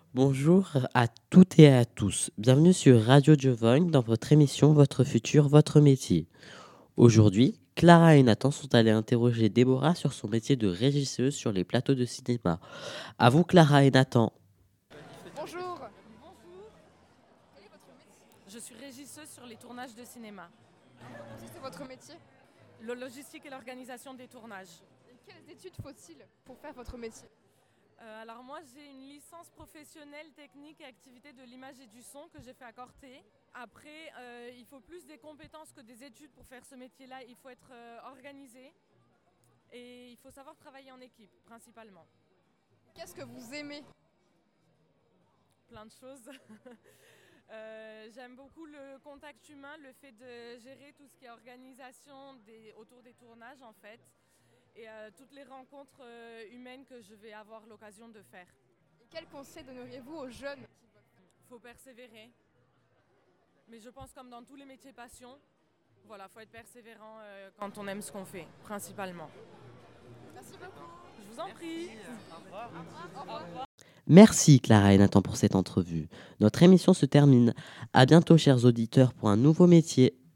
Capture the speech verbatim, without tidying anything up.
Bonjour à toutes et à tous. Bienvenue sur Radio Giovanni dans votre émission Votre futur, votre métier. Aujourd'hui, Clara et Nathan sont allés interroger Déborah sur son métier de régisseuse sur les plateaux de cinéma. À vous, Clara et Nathan. Bonjour. Bonjour, Quel est votre métier? je suis régisseuse sur les tournages de cinéma. Comment consiste votre métier? Le logistique et l'organisation des tournages. Et quelles études faut-il pour faire votre métier? Euh, alors moi j'ai une licence professionnelle technique et activité de l'image et du son que j'ai fait à Corté. Après euh, il faut plus des compétences que des études pour faire ce métier-là. Il faut être euh, organisé et il faut savoir travailler en équipe principalement. Qu'est-ce que vous aimez? Plein de choses. Euh, j'aime beaucoup le contact humain, le fait de gérer tout ce qui est organisation des, autour des tournages en fait, et euh, toutes les rencontres euh, humaines que je vais avoir l'occasion de faire. Et quels conseils donneriez-vous aux jeunes? Il faut persévérer, mais je pense comme dans tous les métiers passion, voilà, faut être persévérant euh, quand on aime ce qu'on fait, principalement. Merci beaucoup. Je vous en prie. Au revoir. Merci Clara et Nathan pour cette entrevue. Notre émission se termine. À bientôt chers auditeurs pour un nouveau métier.